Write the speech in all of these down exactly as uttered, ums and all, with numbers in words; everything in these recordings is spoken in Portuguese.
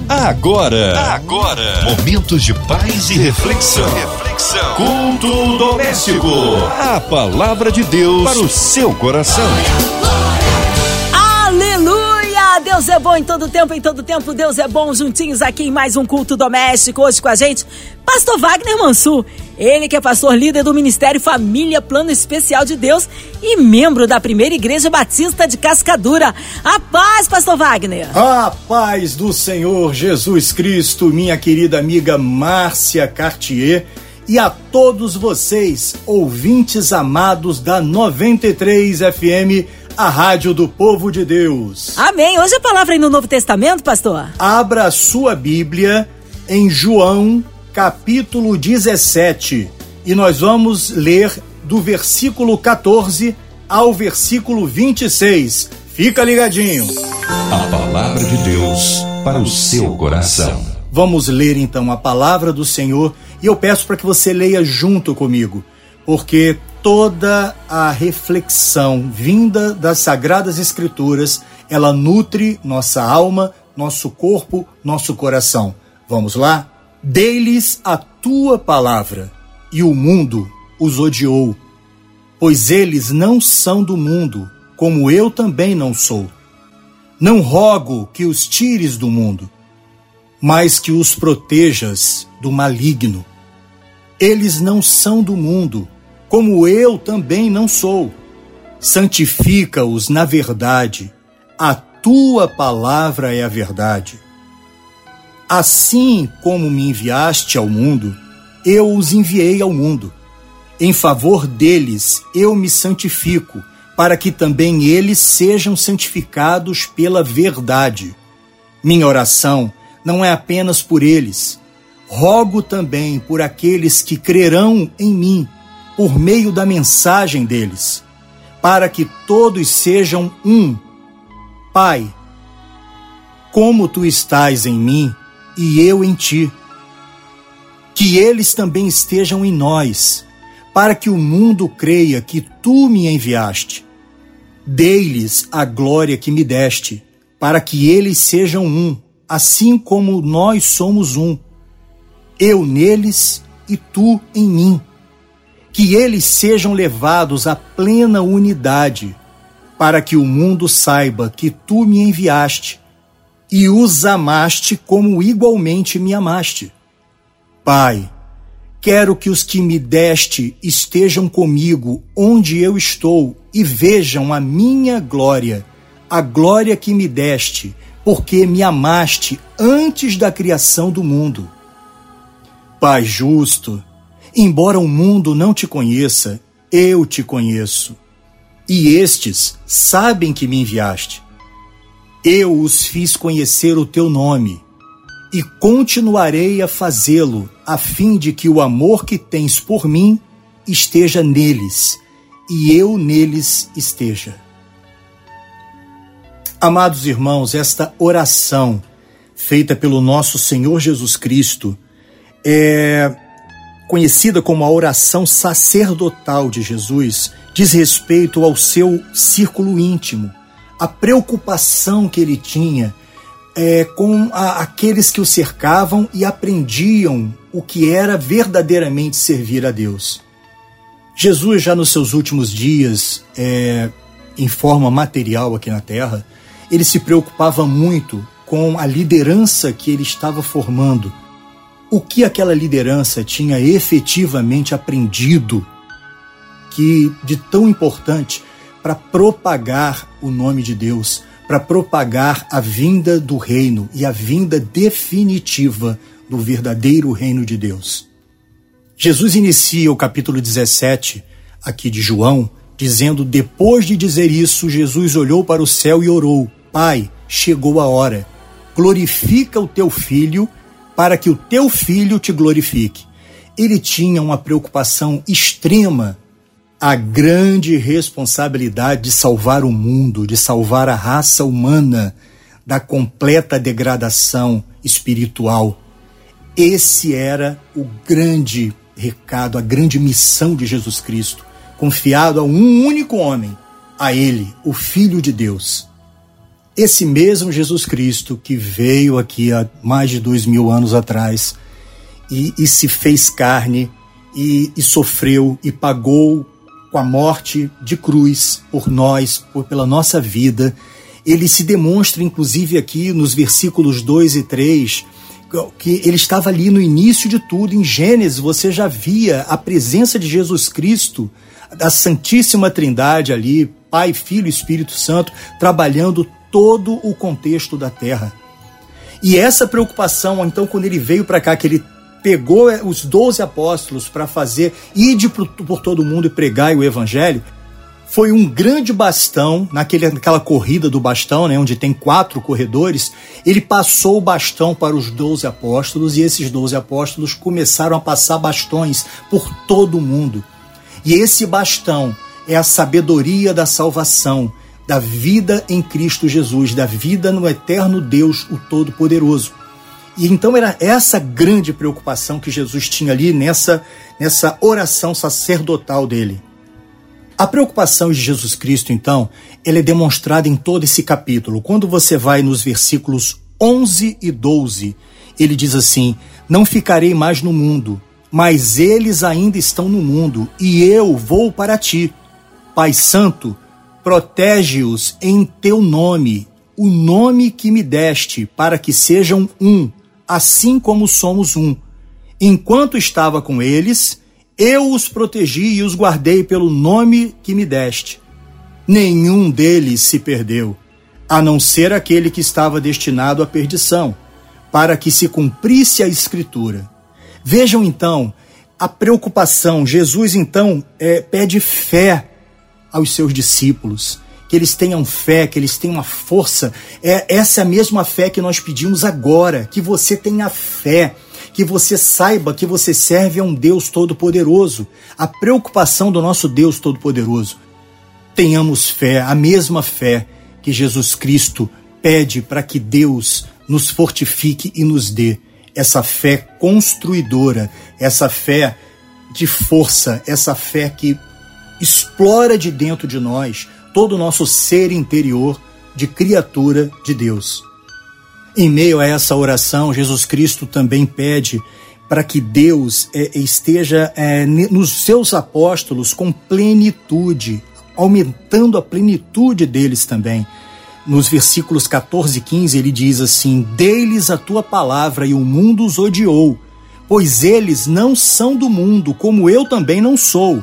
Agora, agora, momentos de paz e reflexão. Reflexão. Culto doméstico. A palavra de Deus para o seu coração. Aleluia! Deus é bom em todo tempo, em todo tempo Deus é bom. Juntinhos aqui em mais um culto doméstico. Hoje com a gente, Pastor Wagner Mansur. Ele que é pastor líder do Ministério Família Plano Especial de Deus e membro da Primeira Igreja Batista de Cascadura. A paz, Pastor Wagner. A paz do Senhor Jesus Cristo, minha querida amiga Márcia Cartier, e a todos vocês, ouvintes amados da noventa e três F M, a rádio do povo de Deus. Amém. Hoje a palavra aí no Novo Testamento, pastor. Abra a sua Bíblia em João, capítulo dezessete, e nós vamos ler do versículo quatorze ao versículo vinte e seis. Fica ligadinho. A palavra de Deus para o seu coração. Vamos ler então a palavra do Senhor, e eu peço para que você leia junto comigo, porque toda a reflexão vinda das Sagradas Escrituras, ela nutre nossa alma, nosso corpo, nosso coração. Vamos lá? Dei-lhes a tua palavra, e o mundo os odiou, pois eles não são do mundo, como eu também não sou. Não rogo que os tires do mundo, mas que os protejas do maligno. Eles não são do mundo, como eu também não sou. Santifica-os na verdade, a tua palavra é a verdade. Assim como me enviaste ao mundo, eu os enviei ao mundo. Em favor deles eu me santifico, para que também eles sejam santificados pela verdade. Minha oração não é apenas por eles. Rogo também por aqueles que crerão em mim, por meio da mensagem deles, para que todos sejam um. Pai, como tu estás em mim, e eu em ti, que eles também estejam em nós, para que o mundo creia que tu me enviaste. Dei-lhes a glória que me deste, para que eles sejam um, assim como nós somos um. Eu neles e tu em mim. Que eles sejam levados à plena unidade, para que o mundo saiba que tu me enviaste, e os amaste como igualmente me amaste. Pai, quero que os que me deste estejam comigo onde eu estou e vejam a minha glória, a glória que me deste, porque me amaste antes da criação do mundo. Pai justo, embora o mundo não te conheça, eu te conheço, e estes sabem que me enviaste. Eu os fiz conhecer o teu nome, e continuarei a fazê-lo, a fim de que o amor que tens por mim esteja neles, e eu neles esteja. Amados irmãos, esta oração feita pelo nosso Senhor Jesus Cristo é conhecida como a oração sacerdotal de Jesus, diz respeito ao seu círculo íntimo, a preocupação que ele tinha é, com a, aqueles que o cercavam e aprendiam o que era verdadeiramente servir a Deus. Jesus, já nos seus últimos dias, é, em forma material aqui na Terra, ele se preocupava muito com a liderança que ele estava formando. O que aquela liderança tinha efetivamente aprendido que de tão importante para propagar o nome de Deus, para propagar a vinda do reino e a vinda definitiva do verdadeiro reino de Deus. Jesus inicia o capítulo dezessete aqui de João, dizendo: depois de dizer isso, Jesus olhou para o céu e orou: Pai, chegou a hora, glorifica o teu filho, para que o teu filho te glorifique. Ele tinha uma preocupação extrema, a grande responsabilidade de salvar o mundo, de salvar a raça humana da completa degradação espiritual. Esse era o grande recado, a grande missão de Jesus Cristo, confiado a um único homem, a ele, o Filho de Deus. esse mesmo Jesus Cristo que veio aqui há mais de dois mil anos atrás e, e se fez carne e, e sofreu e pagou com a morte de cruz por nós, por, pela nossa vida, ele se demonstra inclusive aqui nos versículos dois e três, que ele estava ali no início de tudo. Em Gênesis você já via a presença de Jesus Cristo, da Santíssima Trindade ali, Pai, Filho e Espírito Santo, trabalhando todo o contexto da terra. E essa preocupação, então, quando ele veio para cá, que ele pegou os doze apóstolos para fazer, ide por, por todo mundo e pregai o evangelho, foi um grande bastão, naquele, naquela corrida do bastão, né, onde tem quatro corredores. Ele passou o bastão para os doze apóstolos, e esses doze apóstolos começaram a passar bastões por todo o mundo. E esse bastão é a sabedoria da salvação, da vida em Cristo Jesus, da vida no eterno Deus, o Todo-Poderoso. E então era essa grande preocupação que Jesus tinha ali nessa, nessa oração sacerdotal dele. A preocupação de Jesus Cristo, então, ela é demonstrada em todo esse capítulo. Quando você vai nos versículos onze e doze, ele diz assim: não ficarei mais no mundo, mas eles ainda estão no mundo, e eu vou para ti. Pai Santo, protege-os em teu nome, o nome que me deste, para que sejam um, assim como somos um. Enquanto estava com eles, eu os protegi e os guardei pelo nome que me deste. Nenhum deles se perdeu, a não ser aquele que estava destinado à perdição, para que se cumprisse a Escritura. Vejam então a preocupação. Jesus então é, pede fé aos seus discípulos, que eles tenham fé, que eles tenham a força. É, essa é a mesma fé que nós pedimos agora, que você tenha fé, que você saiba que você serve a um Deus Todo-Poderoso. A preocupação do nosso Deus Todo-Poderoso. Tenhamos fé, a mesma fé que Jesus Cristo pede para que Deus nos fortifique e nos dê. Essa fé construidora, essa fé de força, essa fé que explora de dentro de nós todo o nosso ser interior de criatura de Deus. Em meio a essa oração, Jesus Cristo também pede para que Deus é, esteja é, nos seus apóstolos com plenitude, aumentando a plenitude deles também. Nos versículos catorze e quinze ele diz assim: dê-lhes a tua palavra e o mundo os odiou, pois eles não são do mundo, como eu também não sou.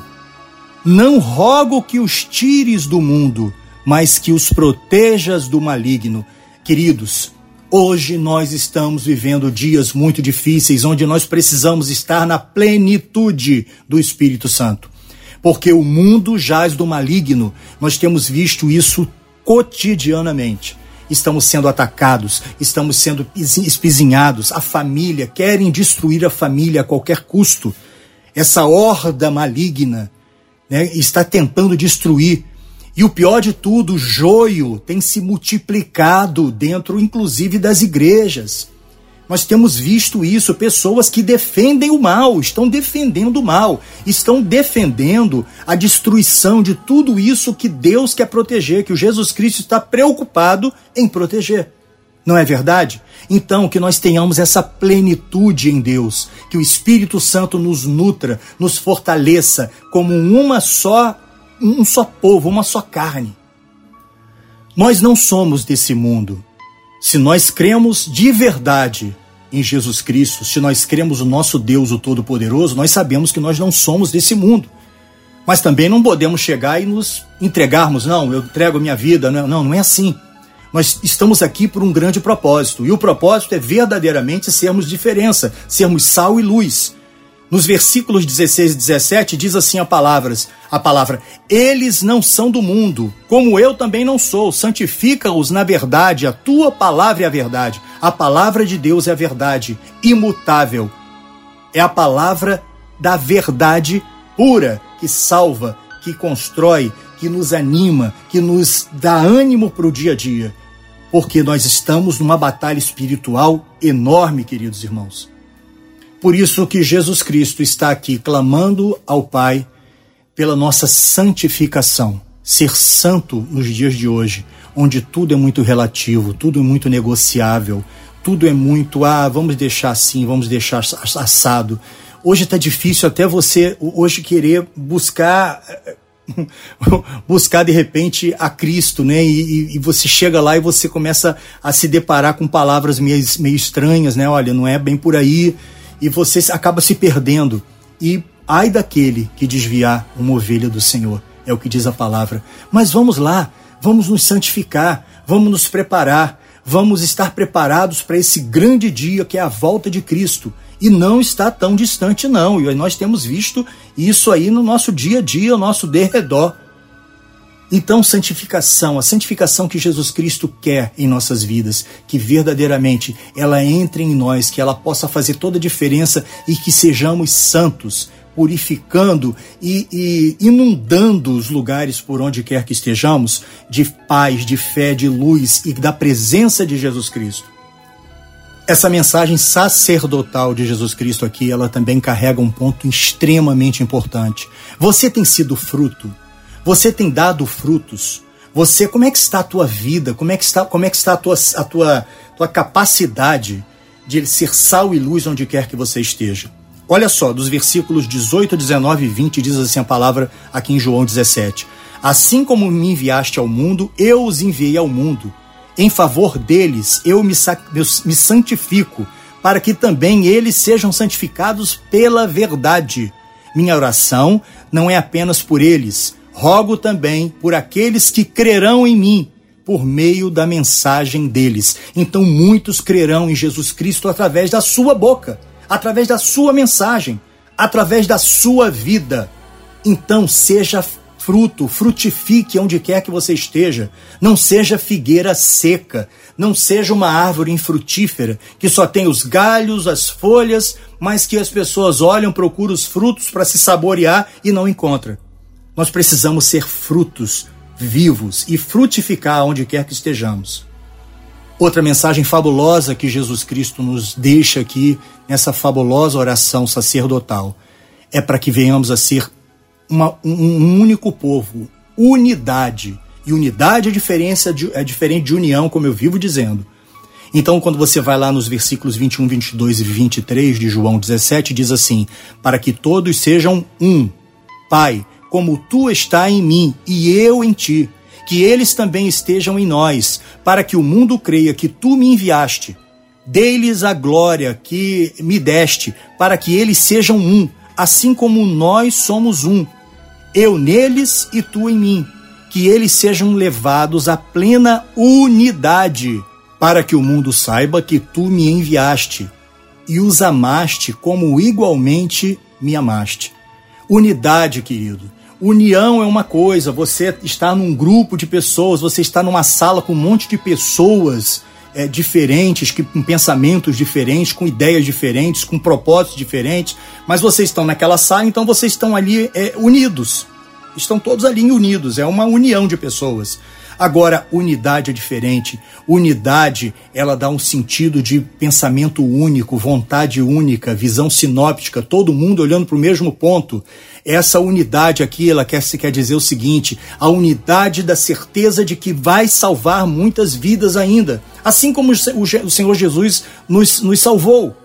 Não rogo que os tires do mundo, mas que os protejas do maligno. Queridos, hoje nós estamos vivendo dias muito difíceis, onde nós precisamos estar na plenitude do Espírito Santo. Porque o mundo jaz do maligno, nós temos visto isso cotidianamente. Estamos sendo atacados, estamos sendo espizinhados, a família, querem destruir a família a qualquer custo. Essa horda maligna, né, está tentando destruir. E o pior de tudo, o joio tem se multiplicado dentro, inclusive, das igrejas. Nós temos visto isso, pessoas que defendem o mal, estão defendendo o mal, estão defendendo a destruição de tudo isso que Deus quer proteger, que o Jesus Cristo está preocupado em proteger. Não é verdade? Então, que nós tenhamos essa plenitude em Deus, que o Espírito Santo nos nutra, nos fortaleça como uma só, um só povo, uma só carne. Nós não somos desse mundo. Se nós cremos de verdade em Jesus Cristo, se nós cremos no nosso Deus, o Todo-Poderoso, nós sabemos que nós não somos desse mundo. Mas também não podemos chegar e nos entregarmos. Não, eu entrego a minha vida. Não, não, não é assim. Nós estamos aqui por um grande propósito, e o propósito é verdadeiramente sermos diferença, sermos sal e luz. Nos versículos dezesseis e dezessete diz assim a, palavras, a palavra: eles não são do mundo, como eu também não sou, santifica-os na verdade, a tua palavra é a verdade. A palavra de Deus é a verdade, imutável. É a palavra da verdade pura, que salva, que constrói, que nos anima, que nos dá ânimo para o dia a dia. Porque nós estamos numa batalha espiritual enorme, queridos irmãos. Por isso que Jesus Cristo está aqui clamando ao Pai pela nossa santificação. Ser santo nos dias de hoje. onde tudo é muito relativo, tudo é muito negociável, tudo é muito, ah, vamos deixar assim, vamos deixar assado. Hoje está difícil até você hoje querer buscar, buscar de repente a Cristo, né? E, e você chega lá e você começa a se deparar com palavras meio, meio estranhas, né? Olha, não é bem por aí, e você acaba se perdendo. E ai daquele que desviar uma ovelha do Senhor, é o que diz a palavra. Mas vamos lá, vamos nos santificar, vamos nos preparar, vamos estar preparados para esse grande dia que é a volta de Cristo. E não está tão distante não, e nós temos visto isso aí no nosso dia a dia, no nosso derredor. Então, santificação, a santificação que Jesus Cristo quer em nossas vidas, que verdadeiramente ela entre em nós, que ela possa fazer toda a diferença e que sejamos santos, purificando e, e inundando os lugares por onde quer que estejamos, de paz, de fé, de luz e da presença de Jesus Cristo. Essa mensagem sacerdotal de Jesus Cristo aqui, ela também carrega um ponto extremamente importante. Você tem sido fruto, você tem dado frutos, você, como é que está a tua vida, como é que está, como é que está a, tua, a tua, tua capacidade de ser sal e luz onde quer que você esteja? Olha só, dos versículos dezoito, dezenove e vinte, diz assim a palavra aqui em João dezessete. Assim como me enviaste ao mundo, eu os enviei ao mundo. Em favor deles, eu me, me santifico, para que também eles sejam santificados pela verdade. Minha oração não é apenas por eles, rogo também por aqueles que crerão em mim, por meio da mensagem deles. Então muitos crerão em Jesus Cristo através da sua boca, através da sua mensagem, através da sua vida. Então seja fruto, frutifique onde quer que você esteja. Não seja figueira seca, não seja uma árvore infrutífera, que só tem os galhos, as folhas, mas que as pessoas olham, procuram os frutos para se saborear e não encontram. Nós precisamos ser frutos vivos e frutificar onde quer que estejamos. Outra mensagem fabulosa que Jesus Cristo nos deixa aqui, nessa fabulosa oração sacerdotal, é para que venhamos a ser Uma, um único povo, unidade. E unidade é, diferença de, é diferente de união, como eu vivo dizendo. Então, quando você vai lá nos versículos vinte e um, vinte e dois e vinte e três de João dezessete, diz assim: para que todos sejam um, Pai, como tu está em mim e eu em ti, que eles também estejam em nós, para que o mundo creia que tu me enviaste. Dê-lhes a glória que me deste, para que eles sejam um, assim como nós somos um, eu neles e tu em mim, que eles sejam levados à plena unidade, para que o mundo saiba que tu me enviaste e os amaste como igualmente me amaste. Unidade, querido. União é uma coisa, você está num grupo de pessoas, você está numa sala com um monte de pessoas É, diferentes, que, com pensamentos diferentes, com ideias diferentes, com propósitos diferentes, mas vocês estão naquela sala, então vocês estão ali é, unidos, estão todos ali unidos, é uma união de pessoas. Agora, unidade é diferente. Unidade, ela dá um sentido de pensamento único, vontade única, visão sinóptica, todo mundo olhando para o mesmo ponto. Essa unidade aqui, ela quer, quer dizer o seguinte: a unidade da certeza de que vai salvar muitas vidas ainda, assim como o Senhor Jesus nos, nos salvou.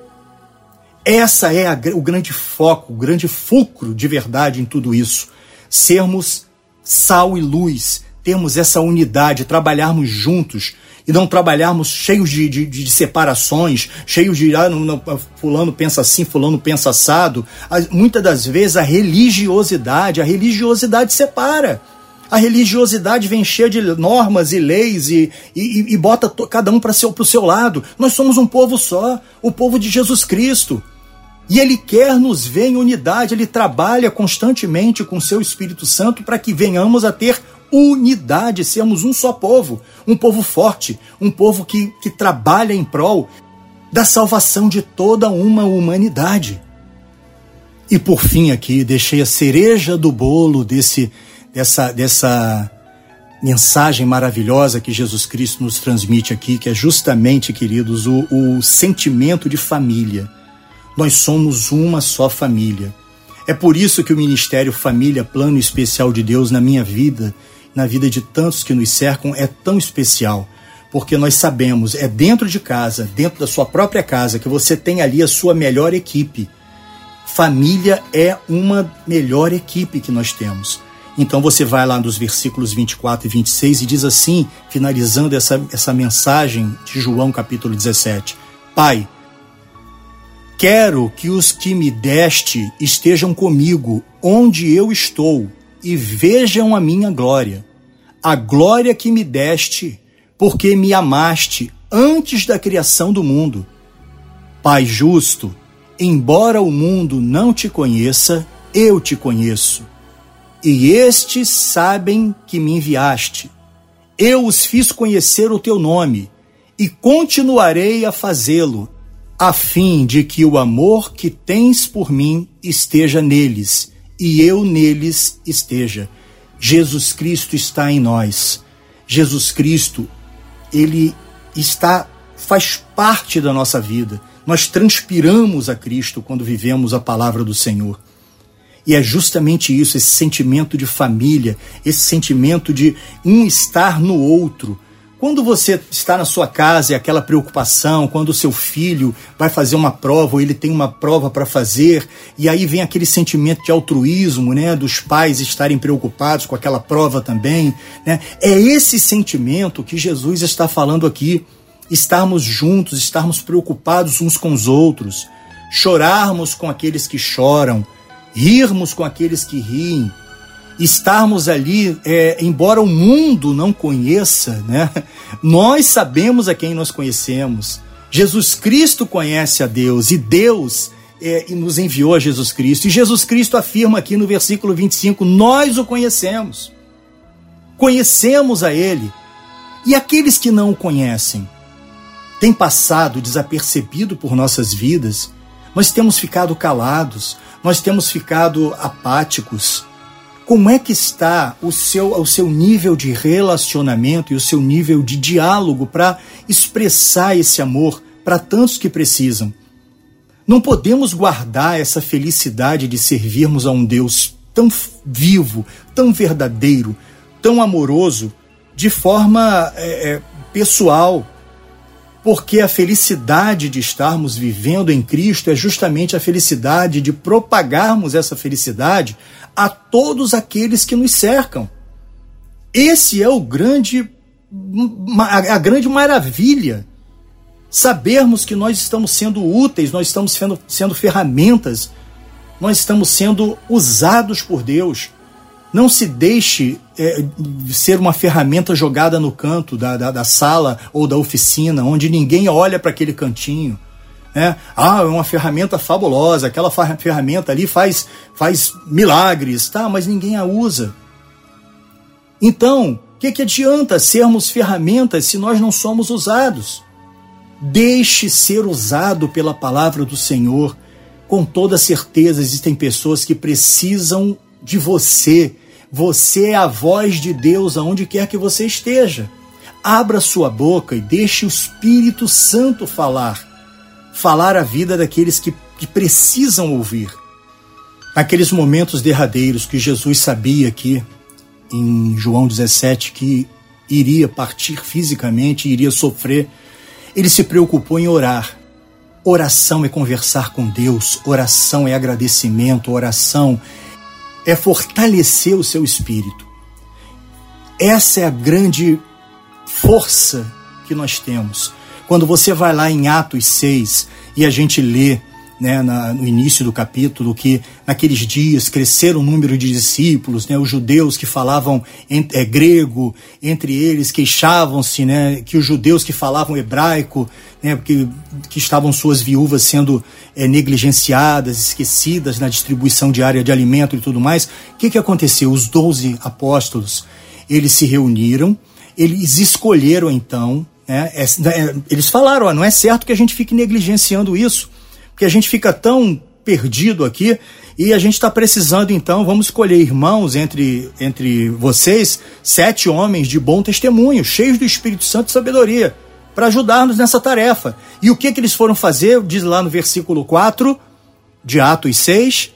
Essa é a, o grande foco, o grande fulcro de verdade em tudo isso. Sermos sal e luz, termos essa unidade, trabalharmos juntos e não trabalharmos cheios de, de, de separações, cheios de ah, não, não, fulano pensa assim, fulano pensa assado. Muitas das vezes a religiosidade, a religiosidade separa. A religiosidade vem cheia de normas e leis e, e, e bota to, cada um para o seu lado. Nós somos um povo só, o povo de Jesus Cristo. E Ele quer nos ver em unidade, Ele trabalha constantemente com o seu Espírito Santo para que venhamos a ter unidade, sermos um só povo, um povo forte, um povo que, que trabalha em prol da salvação de toda uma humanidade. E por fim aqui, deixei a cereja do bolo desse, dessa, dessa mensagem maravilhosa que Jesus Cristo nos transmite aqui, que é justamente, queridos, o, o sentimento de família. Nós somos uma só família. É por isso que o Ministério Família, Plano Especial de Deus na minha vida na vida de tantos que nos cercam é tão especial, porque nós sabemos, é dentro de casa, dentro da sua própria casa, que você tem ali a sua melhor equipe. Família é uma melhor equipe que nós temos. Então você vai lá nos versículos vinte e quatro e vinte e seis e diz assim, finalizando essa, essa mensagem de João capítulo dezessete: Pai, quero que os que me deste estejam comigo onde eu estou e vejam a minha glória, a glória que me deste, porque me amaste antes da criação do mundo. Pai justo, embora o mundo não te conheça, eu te conheço. E estes sabem que me enviaste. Eu os fiz conhecer o teu nome e continuarei a fazê-lo, a fim de que o amor que tens por mim esteja neles e eu neles esteja. Jesus Cristo está em nós. Jesus Cristo, ele está, faz parte da nossa vida. Nós transpiramos a Cristo quando vivemos a palavra do Senhor. E é justamente isso, esse sentimento de família, esse sentimento de um estar no outro. Quando você está na sua casa, é aquela preocupação, quando o seu filho vai fazer uma prova, ou ele tem uma prova para fazer, e aí vem aquele sentimento de altruísmo, né, dos pais estarem preocupados com aquela prova também, né? É esse sentimento que Jesus está falando aqui. Estarmos juntos, estarmos preocupados uns com os outros, chorarmos com aqueles que choram, rirmos com aqueles que riem, estarmos ali, é, embora o mundo não conheça, né? Nós sabemos a quem nós conhecemos. Jesus Cristo conhece a Deus, e Deus é, nos enviou a Jesus Cristo. E Jesus Cristo afirma aqui no versículo vinte e cinco, nós o conhecemos, conhecemos a Ele. E aqueles que não o conhecem, têm passado desapercebido por nossas vidas, nós temos ficado calados, nós temos ficado apáticos. Como é que está o seu, o seu nível de relacionamento e o seu nível de diálogo para expressar esse amor para tantos que precisam? Não podemos guardar essa felicidade de servirmos a um Deus tão vivo, tão verdadeiro, tão amoroso, de forma é, é, pessoal. Porque a felicidade de estarmos vivendo em Cristo é justamente a felicidade de propagarmos essa felicidade a todos aqueles que nos cercam. Esse é o grande, a grande maravilha. Sabermos que nós estamos sendo úteis, nós estamos sendo, sendo ferramentas, nós estamos sendo usados por Deus. Não se deixe é, ser uma ferramenta jogada no canto da, da, da sala ou da oficina, onde ninguém olha para aquele cantinho. Né? Ah, é uma ferramenta fabulosa, aquela ferramenta ali faz, faz milagres, tá? Mas ninguém a usa. Então, o que, que adianta sermos ferramentas se nós não somos usados? Deixe ser usado pela palavra do Senhor. Com toda certeza existem pessoas que precisam de você. Você é a voz de Deus aonde quer que você esteja. Abra sua boca e deixe o Espírito Santo falar. Falar a vida daqueles que, que precisam ouvir. Naqueles momentos derradeiros que Jesus sabia que, em João dezessete, que iria partir fisicamente, iria sofrer, ele se preocupou em orar. Oração é conversar com Deus, oração é agradecimento, oração é fortalecer o seu espírito. Essa é a grande força que nós temos. Quando você vai lá em Atos seis e a gente lê, né, na, no início do capítulo, que naqueles dias cresceram o número de discípulos, né, os judeus que falavam em, é, grego, entre eles queixavam-se, né, que os judeus que falavam hebraico, né, porque, que estavam suas viúvas sendo é, negligenciadas, esquecidas na distribuição diária de alimento e tudo mais. O que, que aconteceu? Os doze apóstolos, eles se reuniram, eles escolheram então, né, é, é, eles falaram, ó, não é certo que a gente fique negligenciando isso, que a gente fica tão perdido aqui e a gente está precisando, então, vamos escolher irmãos entre, entre vocês, sete homens de bom testemunho, cheios do Espírito Santo e sabedoria, para ajudar-nos nessa tarefa. E o que, que eles foram fazer? Diz lá no versículo quatro de Atos seis,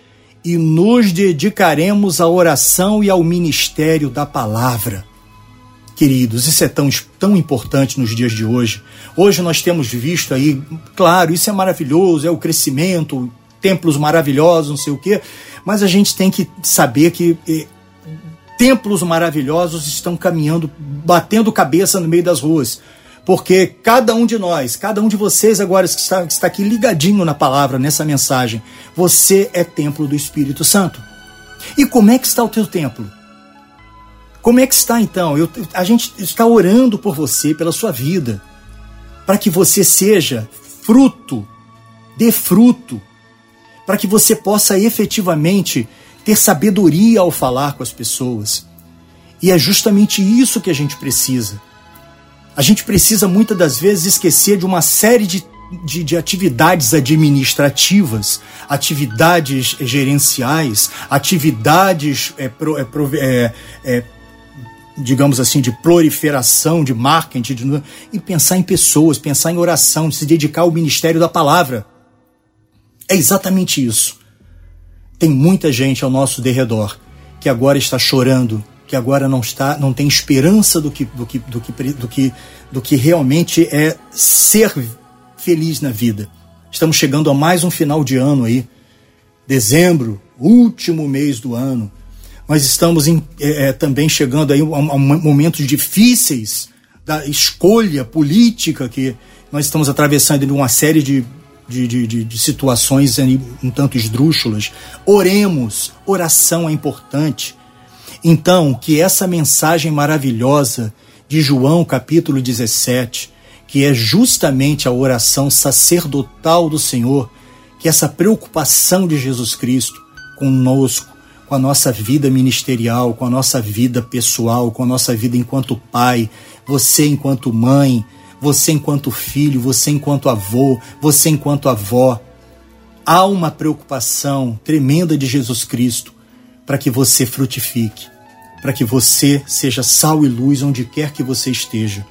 e nos dedicaremos à oração e ao ministério da palavra. Queridos, isso é tão, tão importante nos dias de hoje. Hoje nós temos visto aí, claro, isso é maravilhoso, é o crescimento, templos maravilhosos, não sei o quê, mas a gente tem que saber que eh, templos maravilhosos estão caminhando, batendo cabeça no meio das ruas. Porque cada um de nós, cada um de vocês agora que está, que está aqui ligadinho na palavra, nessa mensagem, você é templo do Espírito Santo. E como é que está o teu templo? Como é que está então? Eu, a gente está orando por você, pela sua vida, para que você seja fruto, dê fruto, para que você possa efetivamente ter sabedoria ao falar com as pessoas. E é justamente isso que a gente precisa. A gente precisa muitas das vezes esquecer de uma série de, de, de atividades administrativas, atividades gerenciais, atividades, é, pro, é, pro, é, é, digamos assim, de proliferação, de marketing, de, e pensar em pessoas, pensar em oração, se dedicar ao ministério da palavra. É exatamente isso. Tem muita gente ao nosso derredor que agora está chorando, que agora não está, não tem esperança do que, do que, do que, do que, do que realmente é ser feliz na vida. Estamos chegando a mais um final de ano aí, dezembro, último mês do ano. Nós estamos em, é, também chegando aí a, a momentos difíceis da escolha política que nós estamos atravessando em uma série de De, de, de situações um tanto esdrúxulas. Oremos, oração é importante. Então, que essa mensagem maravilhosa de João capítulo dezessete, que é justamente a oração sacerdotal do Senhor, que essa preocupação de Jesus Cristo conosco, com a nossa vida ministerial, com a nossa vida pessoal, com a nossa vida enquanto pai, você enquanto mãe, você enquanto filho, você enquanto avô, você enquanto avó. Há uma preocupação tremenda de Jesus Cristo para que você frutifique, para que você seja sal e luz onde quer que você esteja.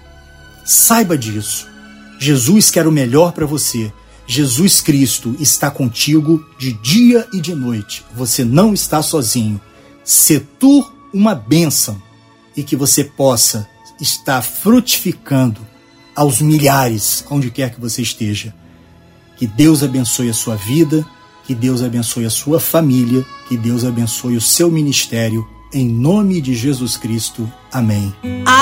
Saiba disso. Jesus quer o melhor para você. Jesus Cristo está contigo de dia e de noite. Você não está sozinho. Se tu uma bênção e que você possa estar frutificando aos milhares, onde quer que você esteja. Que Deus abençoe a sua vida, que Deus abençoe a sua família, que Deus abençoe o seu ministério, em nome de Jesus Cristo. Amém.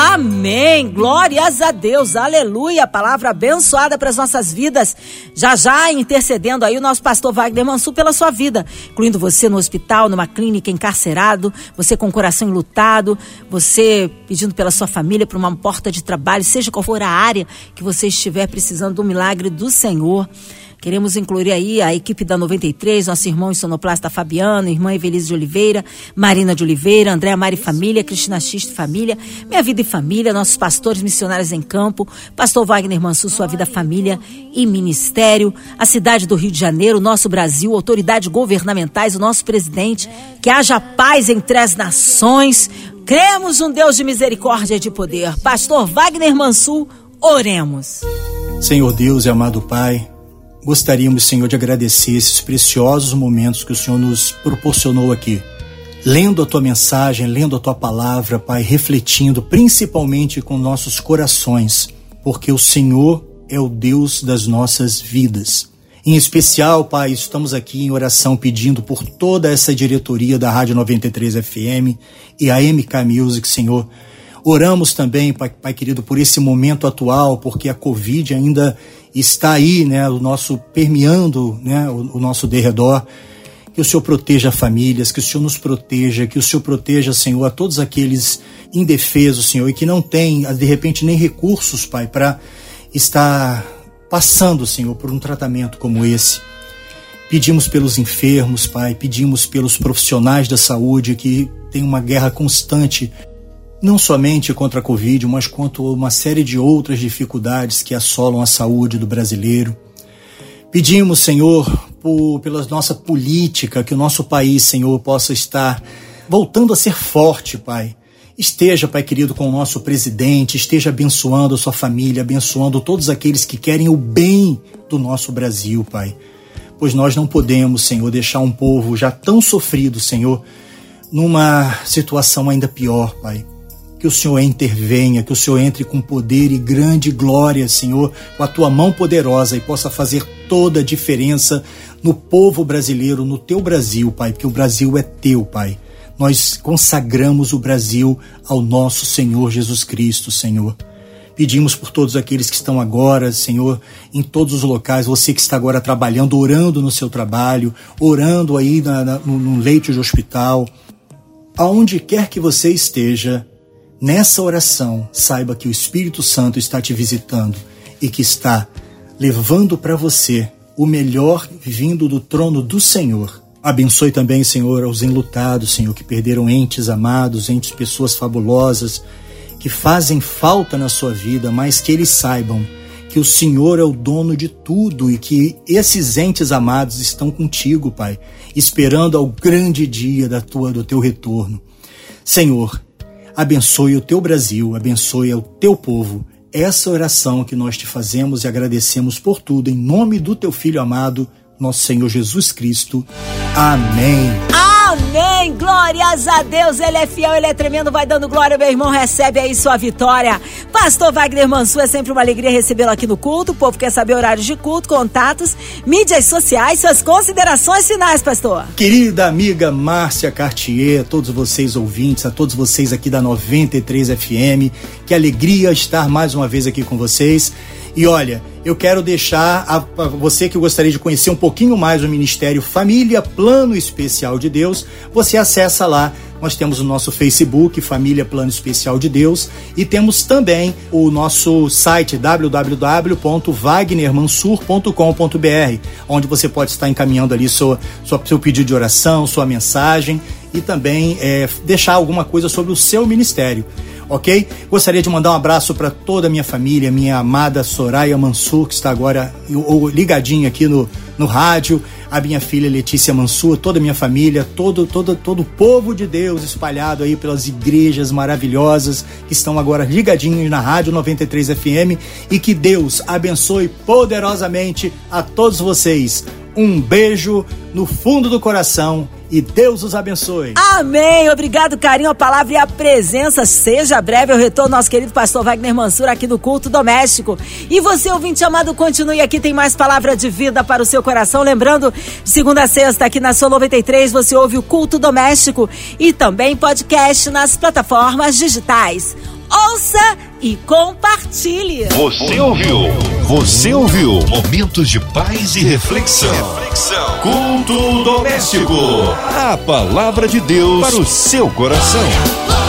Amém. Glórias a Deus. Aleluia. Palavra abençoada para as nossas vidas. Já já intercedendo aí o nosso pastor Wagner Mansur pela sua vida, incluindo você no hospital, numa clínica, encarcerado, você com o coração enlutado, você pedindo pela sua família, por uma porta de trabalho, seja qual for a área que você estiver precisando do milagre do Senhor. Queremos incluir aí a equipe da noventa e três, nosso irmão sonoplasta Fabiano, irmã Evelise de Oliveira, Marina de Oliveira, Andréa Mari Família, Cristina Xiste Família, Minha Vida e Família, nossos pastores missionários em campo, pastor Wagner Mansur, Sua Vida, Família e Ministério, a cidade do Rio de Janeiro, nosso Brasil, autoridades governamentais, o nosso presidente, que haja paz entre as nações. Cremos um Deus de misericórdia e de poder. Pastor Wagner Mansur, oremos. Senhor Deus e amado Pai, gostaríamos, Senhor, de agradecer esses preciosos momentos que o Senhor nos proporcionou aqui. Lendo a Tua mensagem, lendo a Tua palavra, Pai, refletindo principalmente com nossos corações, porque o Senhor é o Deus das nossas vidas. Em especial, Pai, estamos aqui em oração pedindo por toda essa diretoria da Rádio noventa e três F M e a M K Music, Senhor. Oramos também, Pai, Pai querido, por esse momento atual, porque a Covid ainda está aí, né, o nosso permeando, né, o, o nosso derredor. Que o Senhor proteja famílias, que o Senhor nos proteja, que o Senhor proteja, Senhor, a todos aqueles indefesos, Senhor, e que não têm, de repente, nem recursos, Pai, para estar passando, Senhor, por um tratamento como esse. Pedimos pelos enfermos, Pai, pedimos pelos profissionais da saúde que tem uma guerra constante, não somente contra a Covid, mas contra uma série de outras dificuldades que assolam a saúde do brasileiro. Pedimos, Senhor, por, pela nossa política, que o nosso país, Senhor, possa estar voltando a ser forte, Pai. Esteja, Pai querido, com o nosso presidente, esteja abençoando a sua família, abençoando todos aqueles que querem o bem do nosso Brasil, Pai. pois nós não podemos, Senhor, deixar um povo já tão sofrido, Senhor, numa situação ainda pior, Pai. Que o Senhor intervenha, que o Senhor entre com poder e grande glória, Senhor, com a tua mão poderosa e possa fazer toda a diferença no povo brasileiro, no teu Brasil, Pai, porque o Brasil é teu, Pai. Nós consagramos o Brasil ao nosso Senhor Jesus Cristo, Senhor. Pedimos por todos aqueles que estão agora, Senhor, em todos os locais, você que está agora trabalhando, orando no seu trabalho, orando aí na, na, no, no leito de hospital, aonde quer que você esteja, nessa oração, saiba que o Espírito Santo está te visitando e que está levando para você o melhor vindo do trono do Senhor. Abençoe também, Senhor, aos enlutados, Senhor, que perderam entes amados, entes pessoas fabulosas, que fazem falta na sua vida, mas que eles saibam que o Senhor é o dono de tudo e que esses entes amados estão contigo, Pai, esperando ao grande dia da tua, do teu retorno. Senhor, abençoe o teu Brasil, abençoe o teu povo. Essa oração que nós te fazemos e agradecemos por tudo, em nome do teu Filho amado, nosso Senhor Jesus Cristo. Amém. Amém, glórias a Deus, Ele é fiel, Ele é tremendo, vai dando glória, meu irmão, recebe aí sua vitória. Pastor Wagner Mansur, é sempre uma alegria recebê-lo aqui no culto. O povo quer saber horários de culto, contatos, mídias sociais, suas considerações finais, pastor. Querida amiga Márcia Cartier, a todos vocês ouvintes, a todos vocês aqui da noventa e três F M, que alegria estar mais uma vez aqui com vocês. E olha, eu quero deixar a, a você que gostaria de conhecer um pouquinho mais o Ministério Família Plano Especial de Deus, você acessa lá. Nós temos o nosso Facebook, Família Plano Especial de Deus, e temos também o nosso site w w w ponto wagner mansur ponto com ponto b r, onde você pode estar encaminhando ali sua, sua, seu pedido de oração, sua mensagem e também é, deixar alguma coisa sobre o seu ministério. Ok? Gostaria de mandar um abraço para toda a minha família, minha amada Soraya Mansur, que está agora ligadinha aqui no, no rádio, a minha filha Letícia Mansur, toda a minha família, todo, todo, todo o povo de Deus espalhado aí pelas igrejas maravilhosas que estão agora ligadinhos na Rádio noventa e três F M, e que Deus abençoe poderosamente a todos vocês. Um beijo no fundo do coração e Deus os abençoe. Amém, obrigado, carinho, a palavra e a presença. Seja breve o retorno, nosso querido pastor Wagner Mansur aqui no Culto Doméstico. E você, ouvinte amado, continue aqui, tem mais palavra de vida para o seu coração. Lembrando, de segunda a sexta aqui na sua noventa e três você ouve o Culto Doméstico e também podcast nas plataformas digitais. Ouça e compartilhe. Você ouviu? Você ouviu? Momentos de paz e reflexão. Reflexão. Culto doméstico. A palavra de Deus para o seu coração.